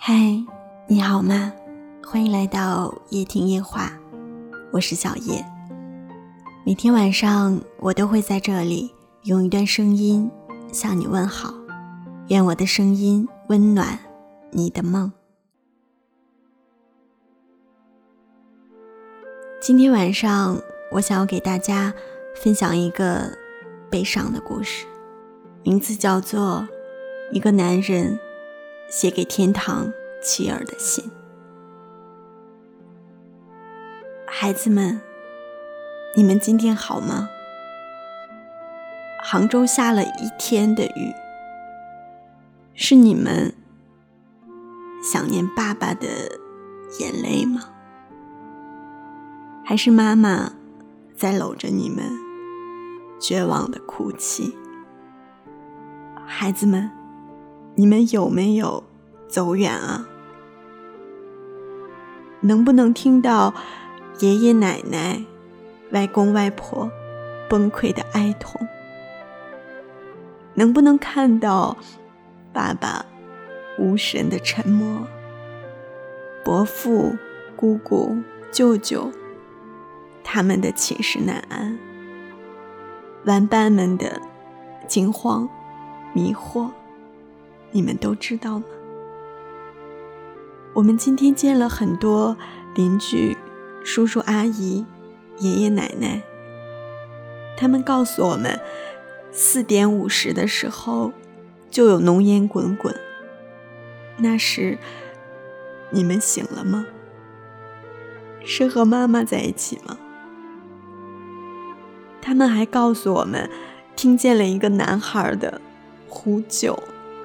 嗨，你好吗？欢迎来到夜听夜话，我是小叶。每天晚上我都会在这里用一段声音向你问好，愿我的声音温暖你的梦。今天晚上我想要给大家分享一个悲伤的故事，名字叫做一个男人写给天堂妻儿的信。孩子们，你们今天好吗？杭州下了一天的雨，是你们想念爸爸的眼泪吗？还是妈妈在搂着你们绝望的哭泣？孩子们，你们有没有走远啊？能不能听到爷爷奶奶、外公外婆崩溃的哀痛？能不能看到爸爸无神的沉默？伯父、姑姑、舅舅他们的寝食难安，玩伴们的惊慌迷惑，你们都知道吗？我们今天见了很多邻居、叔叔阿姨、爷爷奶奶，他们告诉我们4点50的时候就有浓烟滚滚，那时你们醒了吗？是和妈妈在一起吗？他们还告诉我们听见了一个男孩的呼救。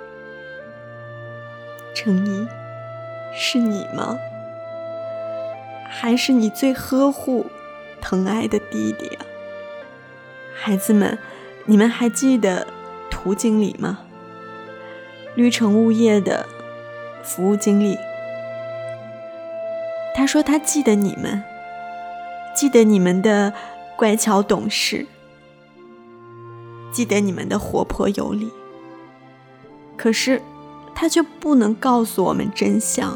程一，是你吗？还是你最呵护疼爱的弟弟啊？孩子们，你们还记得涂经理吗？绿城物业的服务经理。他说他记得你们，记得你们的乖巧懂事，记得你们的活泼有礼，可是他却不能告诉我们真相。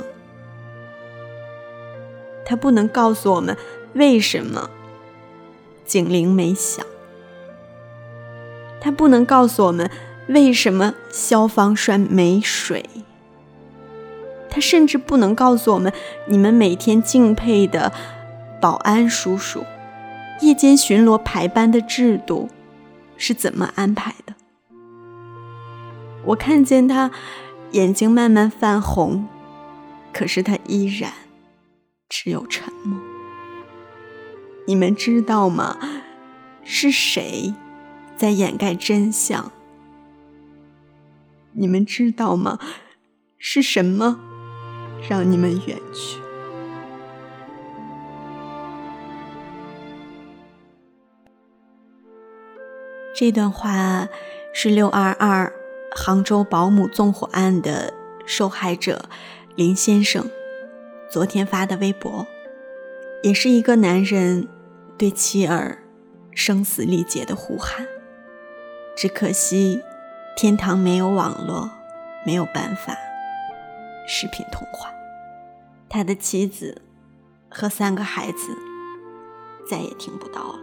他不能告诉我们为什么警铃没响，他不能告诉我们为什么消防栓没水，他甚至不能告诉我们你们每天敬佩的保安叔叔夜间巡逻排班的制度是怎么安排的。我看见他眼睛慢慢泛红，可是他依然只有沉默。你们知道吗？是谁在掩盖真相？你们知道吗？是什么让你们远去？这段话是622杭州保姆纵火案的受害者林先生昨天发的微博，也是一个男人对妻儿声嘶力竭的呼喊。只可惜天堂没有网络，没有办法视频通话，他的妻子和3个孩子再也听不到了。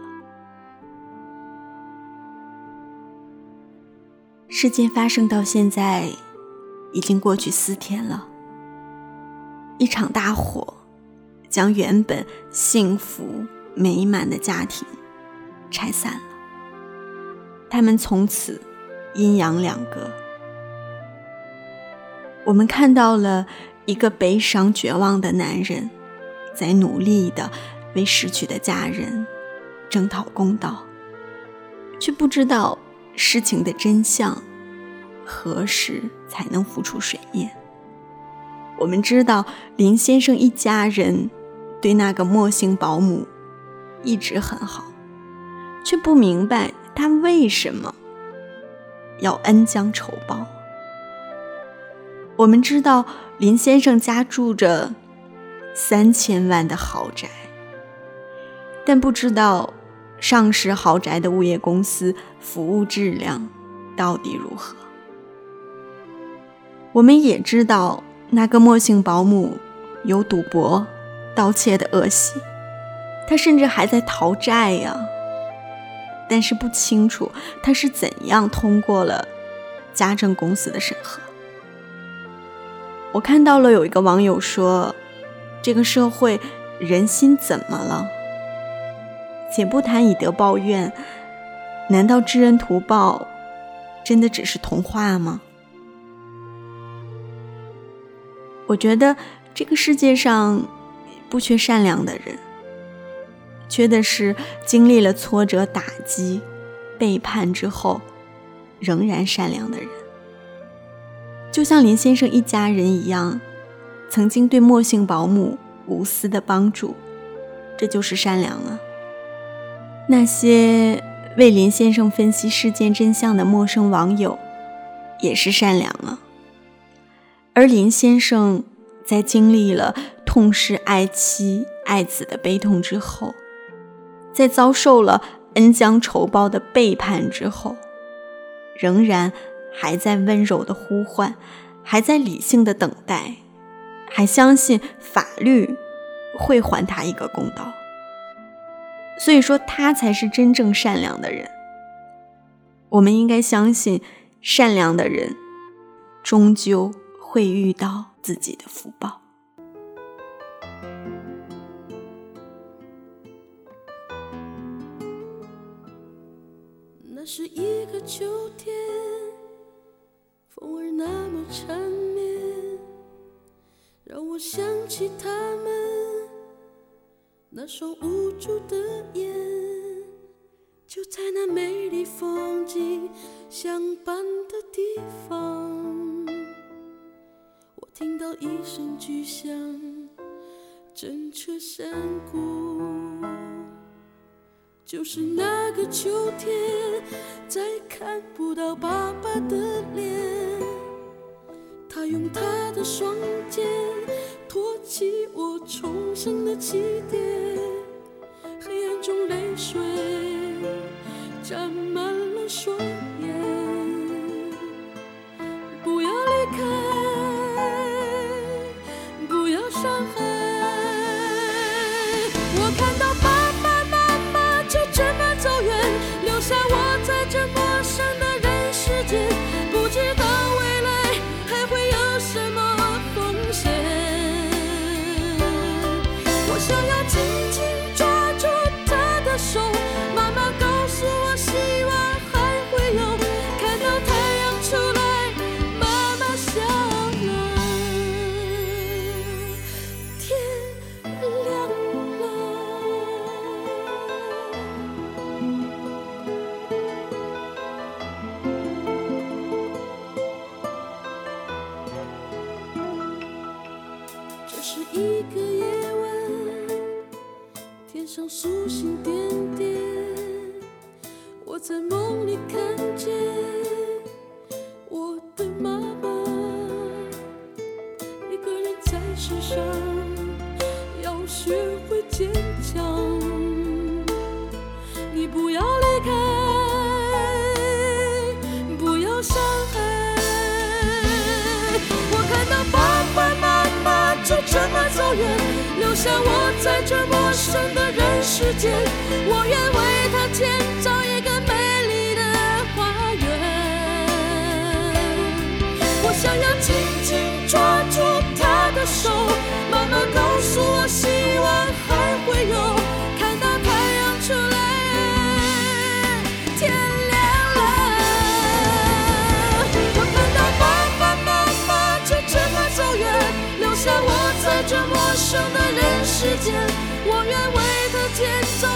事件发生到现在已经过去4天了，一场大火将原本幸福美满的家庭拆散了，他们从此阴阳两隔。我们看到了一个悲伤绝望的男人在努力地为逝去的家人征讨公道，却不知道事情的真相何时才能浮出水面。我们知道林先生一家人对那个莫姓保姆一直很好，却不明白他为什么要恩将仇报。我们知道林先生家住着3000万的豪宅，但不知道上市豪宅的物业公司服务质量到底如何。我们也知道那个莫姓保姆有赌博、盗窃的恶习，他甚至还在逃债呀。但是不清楚他是怎样通过了家政公司的审核。我看到了有一个网友说，这个社会人心怎么了？且不谈以德报怨，难道知恩图报真的只是童话吗？我觉得这个世界上不缺善良的人，缺的是经历了挫折打击、背叛之后仍然善良的人。就像林先生一家人一样，曾经对莫姓保姆无私的帮助，这就是善良了。那些为林先生分析事件真相的陌生网友也是善良了。而林先生在经历了痛失爱妻爱子的悲痛之后，在遭受了恩将仇报的背叛之后，仍然还在温柔的呼唤，还在理性的等待，还相信法律会还他一个公道。所以说他才是真正善良的人。我们应该相信，善良的人终究会遇到自己的福报。 那是一个秋天，风儿那么缠绵，让我想起他们那双无助的眼，就在那美丽风景相伴的地方，我听到一声巨响，震彻山谷。就是那个秋天，再看不到爸爸的脸，他用他的双肩托起我重生的起点，黑暗中泪水沾满了双眼。不要离开，不要伤害，我看到爸爸妈妈就这么走远，留下我在这陌生的人世间，不知道未来还会有什么风险。我想要紧紧抓住他的手，妈妈告诉我希望还会有，看到太阳出来，妈妈笑了，天亮了。这是一个夜晚，天上星星点点，我在梦里看见我的妈妈，一个人在世上要学会坚强。你不要离开，不要伤害，我看到爸爸妈妈就这么走远，留下我在这陌生的人世间，我愿为他建造一个美丽的花园。我想要紧紧抓住他的手，妈妈告诉我希望还会有，看到太阳出来，天亮了。我看到爸爸妈妈就这么走远，留下我在这陌生的人世间，我愿为他建造